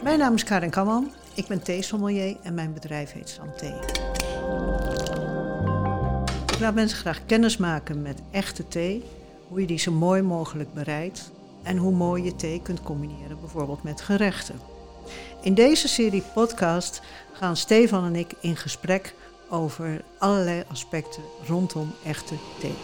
Mijn naam is Karin Kamman, ik ben theesommelier en mijn bedrijf heet Santé. Ik laat mensen graag kennis maken met echte thee, hoe je die zo mooi mogelijk bereidt en hoe mooi je thee kunt combineren, bijvoorbeeld met gerechten. In deze serie podcast gaan Stefan en ik in gesprek over allerlei aspecten rondom echte thee.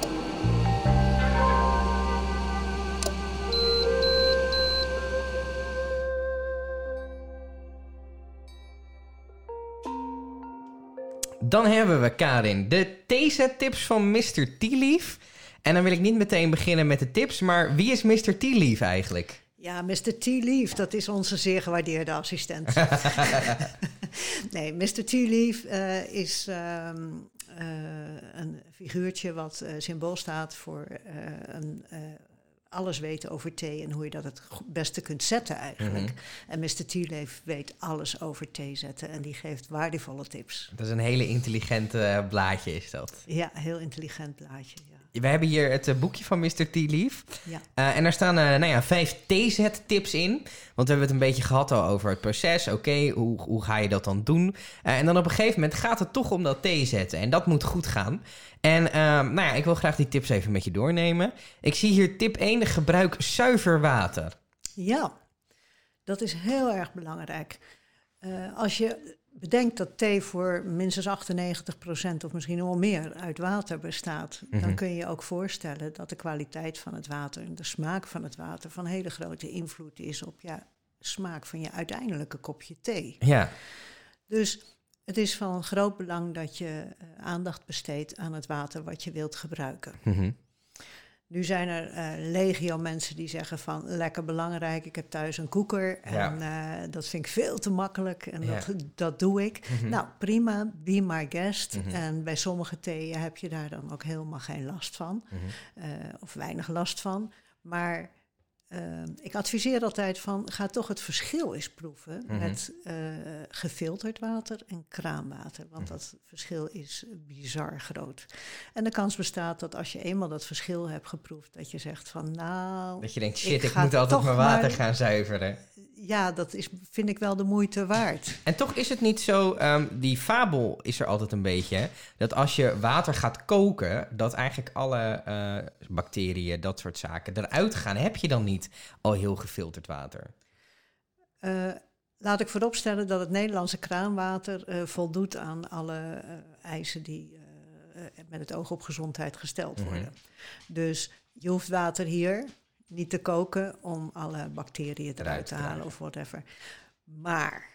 Dan hebben we, Karin, de theezet-tips van Mr. Tealeaf. En dan wil ik niet meteen beginnen met de tips, maar wie is Mr. Tealeaf eigenlijk? Ja, Mr. Tealeaf, dat is onze zeer gewaardeerde assistent. Nee, Mr. Tealeaf is een figuurtje wat symbool staat voor alles weten over thee en hoe je dat het beste kunt zetten eigenlijk. Mm-hmm. En Mr. Tealeaf weet alles over thee zetten en die geeft waardevolle tips. Dat is een hele intelligente blaadje, is dat? Ja, heel intelligent blaadje, ja. We hebben hier het boekje van Mr. Tealeaf. Ja. En daar staan 5 theezet-tips in. Want we hebben het een beetje gehad al over het proces. Oké, hoe ga je dat dan doen? En dan op een gegeven moment gaat het toch om dat theezetten. En dat moet goed gaan. En ik wil graag die tips even met je doornemen. Ik zie hier tip 1, gebruik zuiver water. Ja, dat is heel erg belangrijk. Als je bedenkt dat thee voor minstens 98% of misschien wel meer uit water bestaat, dan kun je je ook voorstellen dat de kwaliteit van het water en de smaak van het water van hele grote invloed is op de smaak van je uiteindelijke kopje thee. Ja. Dus het is van groot belang dat je aandacht besteedt aan het water wat je wilt gebruiken. Mm-hmm. Nu zijn er legio mensen die zeggen van lekker belangrijk, ik heb thuis een koeker en dat vind ik veel te makkelijk en dat doe ik. Mm-hmm. Nou prima, be my guest. Mm-hmm. En bij sommige theeën heb je daar dan ook helemaal geen last van, of weinig last van. Maar ik adviseer altijd van ga toch het verschil eens proeven met gefilterd water en kraanwater. Want dat verschil is bizar groot. En de kans bestaat dat als je eenmaal dat verschil hebt geproefd, dat je zegt van nou... Dat je denkt, shit, ik moet altijd mijn water gaan zuiveren. Ja, dat vind ik wel de moeite waard. En toch is het niet zo, die fabel is er altijd een beetje, hè, dat als je water gaat koken, dat eigenlijk alle bacteriën, dat soort zaken, eruit gaan. Heb je dan niet al heel gefilterd water? Laat ik vooropstellen dat het Nederlandse kraanwater voldoet aan alle eisen die met het oog op gezondheid gesteld worden. Mm-hmm. Dus je hoeft water hier niet te koken om alle bacteriën eruit te halen of whatever. Maar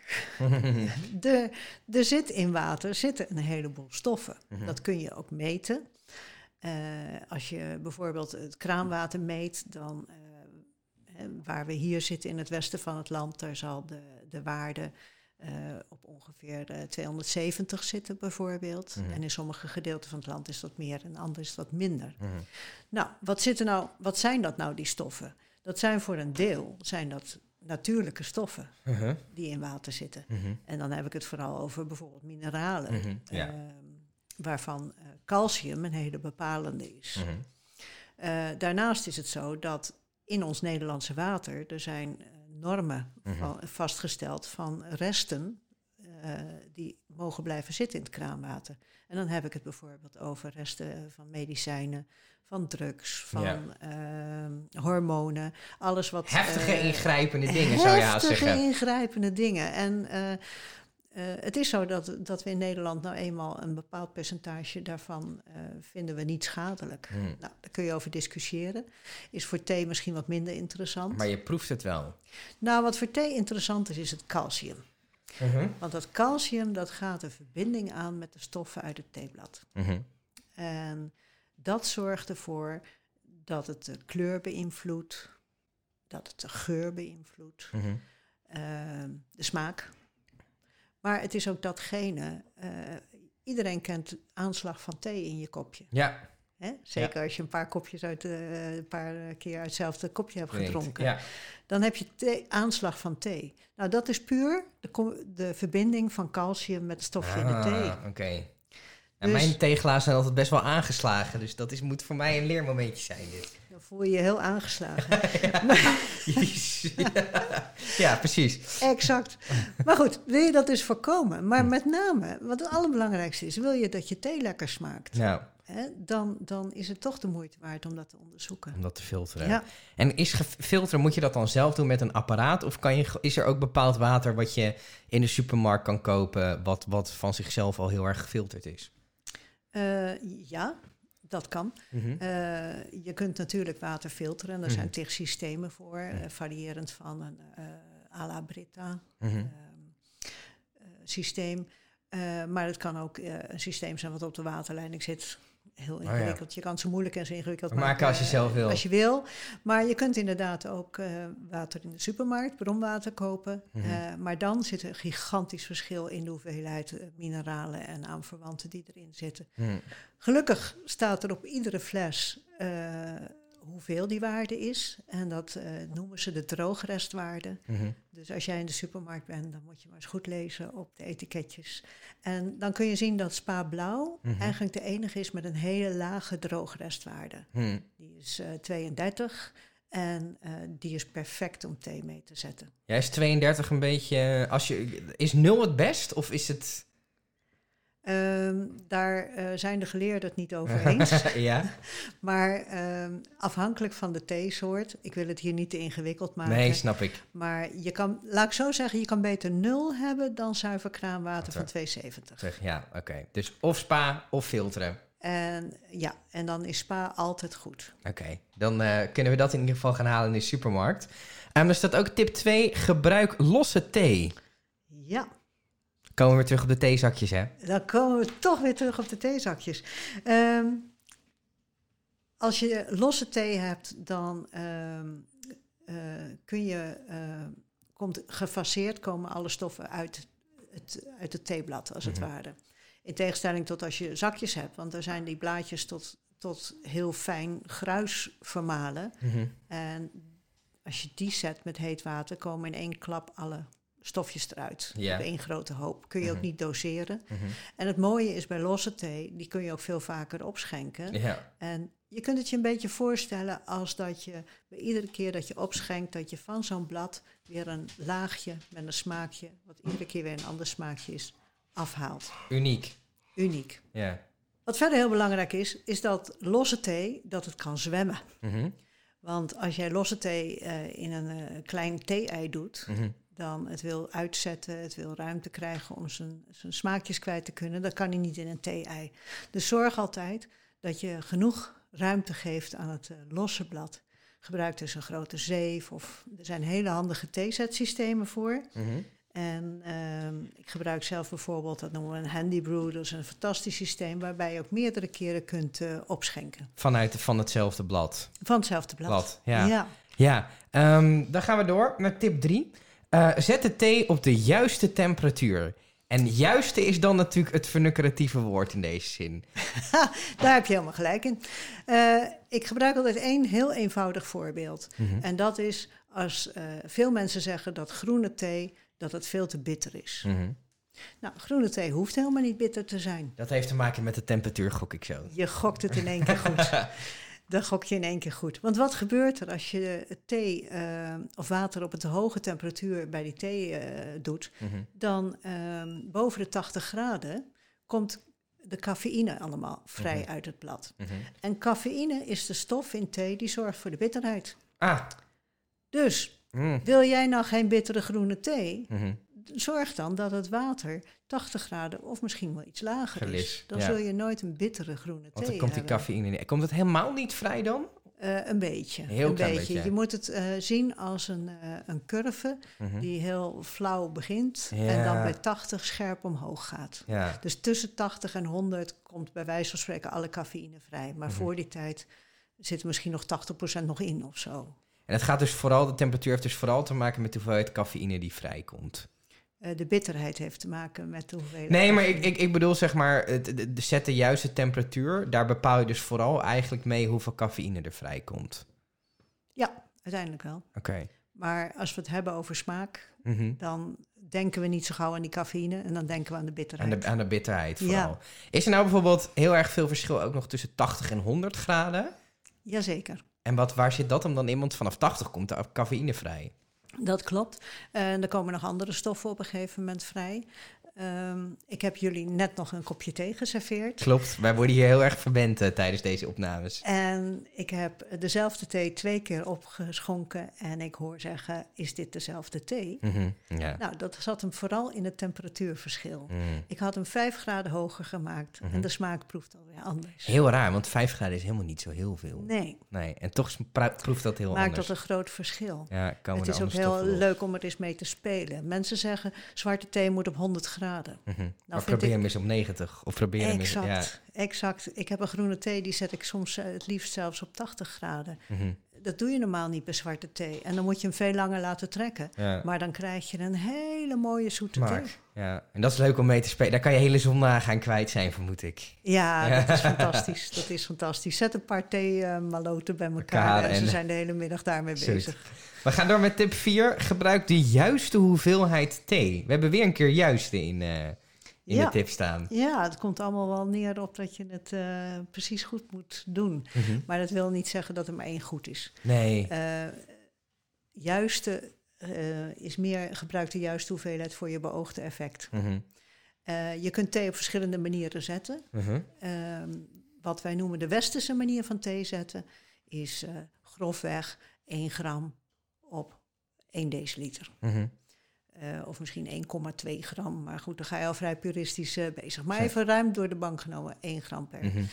er zit in water zitten een heleboel stoffen. Mm-hmm. Dat kun je ook meten. Als je bijvoorbeeld het kraanwater meet, dan waar we hier zitten in het westen van het land, daar zal de waarde op ongeveer 270 zitten bijvoorbeeld. Mm-hmm. En in sommige gedeelten van het land is dat meer en anders is dat minder. Mm-hmm. Nou, wat zijn dat nou, die stoffen? Dat zijn voor een deel natuurlijke stoffen die in water zitten. Mm-hmm. En dan heb ik het vooral over bijvoorbeeld mineralen, waarvan calcium een hele bepalende is. Mm-hmm. Daarnaast is het zo dat in ons Nederlandse water er zijn normen vastgesteld van resten die mogen blijven zitten in het kraanwater. En dan heb ik het bijvoorbeeld over resten van medicijnen, van drugs, van hormonen, alles wat... Heftige ingrijpende dingen, zou je haast zeggen. Heftige ingrijpende dingen. En het is zo dat we in Nederland nou eenmaal een bepaald percentage daarvan vinden we niet schadelijk. Nou, daar kun je over discussiëren. Is voor thee misschien wat minder interessant. Maar je proeft het wel. Nou, wat voor thee interessant is het calcium. Want dat calcium, dat gaat een verbinding aan met de stoffen uit het theeblad. En dat zorgt ervoor dat het de kleur beïnvloedt, dat het de geur beïnvloedt, de smaak. Maar het is ook datgene, iedereen kent aanslag van thee in je kopje. Ja. Hè? Zeker als je een paar kopjes een paar keer uit hetzelfde kopje hebt gedronken. Ja. Dan heb je aanslag van thee. Nou, dat is puur de verbinding van calcium met het stofje in de thee. Okay. En mijn theeglazen zijn altijd best wel aangeslagen. Dus dat moet voor mij een leermomentje zijn, dit. Dan voel je je heel aangeslagen. Ja, precies. Exact. Maar goed, wil je dat dus voorkomen? Maar met name, wat het allerbelangrijkste is, wil je dat je thee lekker smaakt? Nou, Dan is het toch de moeite waard om dat te onderzoeken. om dat te filteren. Ja. En filteren, moet je dat dan zelf doen met een apparaat? Of is er ook bepaald water wat je in de supermarkt kan kopen, wat van zichzelf al heel erg gefilterd is? Ja, dat kan. Je kunt natuurlijk water filteren. En daar zijn tig systemen voor. Variërend van een à la Brita systeem. Maar het kan ook een systeem zijn wat op de waterleiding zit. Heel ingewikkeld. Ja. Je kan het zo moeilijk en zo ingewikkeld maken als je zelf wil. Als je wil. Maar je kunt inderdaad ook water in de supermarkt, bronwater kopen. Maar dan zit er een gigantisch verschil in de hoeveelheid mineralen en aanverwanten die erin zitten. Gelukkig staat er op iedere fles hoeveel die waarde is. En dat noemen ze de droogrestwaarde. Dus als jij in de supermarkt bent, dan moet je maar eens goed lezen op de etiketjes. En dan kun je zien dat Spa Blauw eigenlijk de enige is met een hele lage droogrestwaarde. Die is 32 en die is perfect om thee mee te zetten. Ja, is 32 een beetje... is 0 het best of is het... Daar zijn de geleerden het niet over eens. Ja. Maar afhankelijk van de theesoort, ik wil het hier niet te ingewikkeld maken. Nee, snap ik. Maar je kan, laat ik zo zeggen, je kan beter 0 hebben dan zuiver kraanwater van 2,70. Ja, oké. Dus of spa of filteren. En dan is spa altijd goed. Oké, dan kunnen we dat in ieder geval gaan halen in de supermarkt. Er staat ook tip 2, gebruik losse thee. Ja. Komen we weer terug op de theezakjes, hè? Dan komen we toch weer terug op de theezakjes. Als je losse thee hebt, dan gefaseerd komen alle stoffen uit het theeblad, als het ware. In tegenstelling tot als je zakjes hebt, want daar zijn die blaadjes tot heel fijn gruis vermalen. En als je die zet met heet water, komen in één klap alle stofjes eruit. Op één grote hoop. Kun je ook niet doseren. En het mooie is bij losse thee, die kun je ook veel vaker opschenken. Ja. En je kunt het je een beetje voorstellen als dat je bij iedere keer dat je opschenkt, dat je van zo'n blad weer een laagje met een smaakje, wat iedere keer weer een ander smaakje is, afhaalt. Uniek. Ja. Wat verder heel belangrijk is dat losse thee, dat het kan zwemmen. Want als jij losse thee in een klein thee-ei doet, dan het wil uitzetten, het wil ruimte krijgen om zijn smaakjes kwijt te kunnen. Dat kan hij niet in een thee-ei. Dus zorg altijd dat je genoeg ruimte geeft aan het losse blad. Gebruik dus een grote zeef of er zijn hele handige theezetsystemen voor. En ik gebruik zelf bijvoorbeeld, dat noemen we een handy brew. Dat is een fantastisch systeem waarbij je ook meerdere keren kunt opschenken. Van hetzelfde blad? Van hetzelfde blad. Ja. Dan gaan we door met tip 3. Zet de thee op de juiste temperatuur. En juiste is dan natuurlijk het vernuckeratieve woord in deze zin. Daar heb je helemaal gelijk in. Ik gebruik altijd één heel eenvoudig voorbeeld. En dat is als veel mensen zeggen dat groene thee, dat het veel te bitter is. Nou, groene thee hoeft helemaal niet bitter te zijn. Dat heeft te maken met de temperatuur, gok ik zo. Je gokt het in één keer goed. Dan gok je in één keer goed. Want wat gebeurt er als je thee of water op een hoge temperatuur bij die thee doet? Dan boven de 80 graden komt de cafeïne allemaal vrij uit het blad. En cafeïne is de stof in thee die zorgt voor de bitterheid. Dus wil jij nou geen bittere groene thee? Zorg dan dat het water 80 graden of misschien wel iets lager is. Dan zul je nooit een bittere groene thee hebben. Want dan komt die cafeïne in. Komt het helemaal niet vrij dan? Een beetje. Heel klein beetje. Je moet het zien als een curve die heel flauw begint en dan bij 80 scherp omhoog gaat. Ja. Dus tussen 80 en 100 komt bij wijze van spreken alle cafeïne vrij. Maar voor die tijd zit er misschien nog 80% nog in of zo. En het gaat dus de temperatuur heeft dus vooral te maken met de hoeveelheid cafeïne die vrijkomt. De bitterheid heeft te maken met de hoeveelheid. Nee, maar ik bedoel zeg maar, zet de juiste temperatuur. Daar bepaal je dus vooral eigenlijk mee hoeveel cafeïne er vrijkomt. Ja, uiteindelijk wel. Oké. Maar als we het hebben over smaak, Mhm. dan denken we niet zo gauw aan die cafeïne en dan denken we aan de bitterheid. Aan de bitterheid vooral. Ja. Is er nou bijvoorbeeld heel erg veel verschil ook nog tussen 80 en 100 graden? Jazeker. En waar zit dat hem dan in? Want vanaf 80 komt de cafeïne vrij. Dat klopt. En er komen nog andere stoffen op een gegeven moment vrij. Ik heb jullie net nog een kopje thee geserveerd. Klopt, wij worden hier heel erg verwend tijdens deze opnames. En ik heb dezelfde thee 2 keer opgeschonken en ik hoor zeggen, is dit dezelfde thee? Mhm, ja. Nou, dat zat hem vooral in het temperatuurverschil. Mhm. Ik had hem 5 graden hoger gemaakt en de smaak proeft alweer anders. Heel raar, want 5 graden is helemaal niet zo heel veel. Nee, En toch proeft dat heel maakt anders. dat een groot verschil. Ja, komen Het er is ook andere heel stoffen op. leuk om er eens mee te spelen. Mensen zeggen, zwarte thee moet op 100 graden. Mhm. Maar vind probeer ik- hem eens op 90. Of probeer hem eens... Exact. Ik heb een groene thee, die zet ik soms het liefst zelfs op 80 graden. Mhm. Dat doe je normaal niet bij zwarte thee. En dan moet je hem veel langer laten trekken. Ja. Maar dan krijg je een hele mooie zoete thee. Smaak. Ja. En dat is leuk om mee te spelen. Daar kan je hele zondagen aan kwijt zijn, vermoed ik. Ja, dat is fantastisch. Dat is fantastisch. Zet een paar thee-maloten bij elkaar en ze zijn de hele middag daarmee bezig. We gaan door met tip 4. Gebruik de juiste hoeveelheid thee. We hebben weer een keer juiste in de tip staan. Ja, het komt allemaal wel neer op dat je het precies goed moet doen. Mhm. Maar dat wil niet zeggen dat er maar één goed is. Nee. Juiste is meer gebruik de juiste hoeveelheid voor je beoogde effect. Mhm. Je kunt thee op verschillende manieren zetten. Mhm. Wat wij noemen de westerse manier van thee zetten is grofweg 1 gram op 1 deciliter. Mhm. Of misschien 1,2 gram. Maar goed, dan ga je al vrij puristisch bezig. Maar Ja. even ruim door de bank genomen, 1 gram per. Mhm.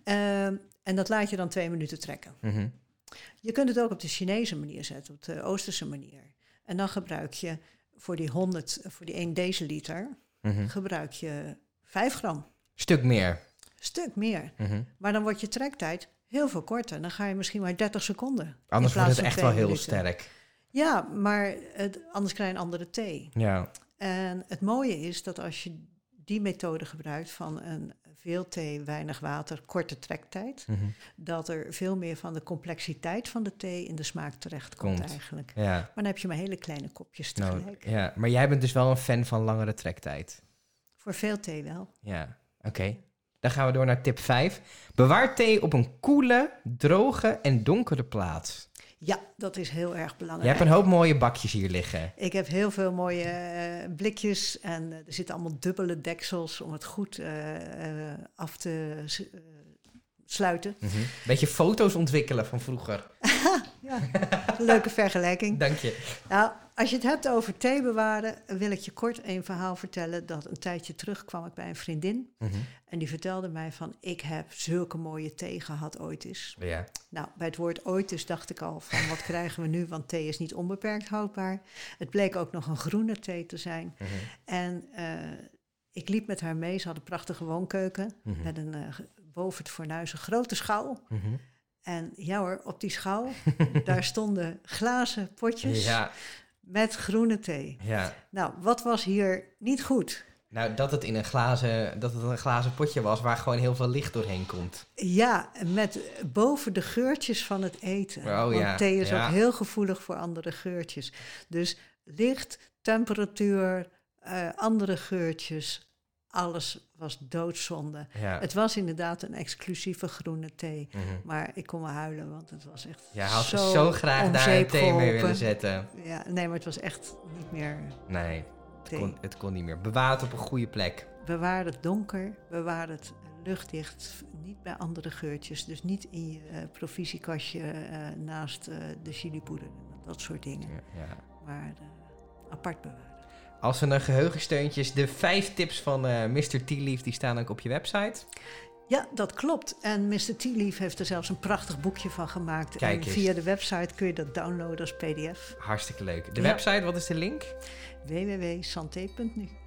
En dat laat je dan 2 minuten trekken. Mhm. Je kunt het ook op de Chinese manier zetten, op de Oosterse manier. En dan gebruik je voor die 1 deciliter, Mhm. gebruik je 5 gram. Stuk meer. Stuk meer. Mhm. Maar dan wordt je trektijd heel veel korter. Dan ga je misschien maar 30 seconden. Anders in wordt plaats het van echt wel 2 heel minuten. sterk. Ja, maar anders krijg je een andere thee. Ja. En het mooie is dat als je die methode gebruikt van een veel thee, weinig water, korte trektijd, Mhm. dat er veel meer van de complexiteit van de thee in de smaak terecht komt Komt. eigenlijk. Ja. Maar dan heb je maar hele kleine kopjes Nou, tegelijk. ja. Maar jij bent dus wel een fan van langere trektijd. Voor veel thee wel. Ja, oké. Dan gaan we door naar tip 5. Bewaar thee op een koele, droge en donkere plaats. Ja, dat is heel erg Je belangrijk. hebt een hoop mooie bakjes hier liggen. Ik heb heel veel mooie blikjes en er zitten allemaal dubbele deksels om het goed af te sluiten. Mhm. Beetje foto's ontwikkelen van vroeger. Ja, een leuke vergelijking. Dank je. Nou, als je het hebt over thee bewaren, wil ik je kort een verhaal vertellen. Dat een tijdje terug kwam ik bij een vriendin. Mhm. En die vertelde mij van, ik heb zulke mooie thee gehad ooit eens. Ja. Nou, bij het woord ooit eens dacht ik al van, wat krijgen we nu? Want thee is niet onbeperkt houdbaar. Het bleek ook nog een groene thee te zijn. Mhm. En ik liep met haar mee. Ze had een prachtige woonkeuken Mhm. met een boven het fornuis een grote schouw. Mhm. En ja hoor, op die schouw, daar stonden glazen potjes Ja, met groene thee. ja. Nou, wat was hier niet goed? Nou, dat het een glazen potje was waar gewoon heel veel licht doorheen komt. Ja, met boven de geurtjes van het eten. Oh, Want ja, thee is ja. ook heel gevoelig voor andere geurtjes. Dus licht, temperatuur, andere geurtjes, alles was doodzonde. Ja. Het was inderdaad een exclusieve groene thee. Mhm. Maar ik kon me huilen, want het was echt Ja, had zo zo graag om daar zeep een thee mee geholpen. willen zetten. Ja, nee, maar het was echt niet meer Nee, thee. het kon niet meer. Bewaar het op een goede plek. Bewaar het donker, bewaar het luchtdicht, niet bij andere geurtjes. Dus niet in je provisiekastje naast de chilipoeder en dat soort dingen. Ja, ja. Maar apart bewaren. Als een geheugensteuntjes, de 5 tips van Mr. Tealeaf, die staan ook op je website. Ja, dat klopt. En Mr. Tealeaf heeft er zelfs een prachtig boekje van gemaakt. Kijk en eens. via de website kun je dat downloaden als pdf. Hartstikke leuk. De Ja. website, wat is de link? www.santé.nu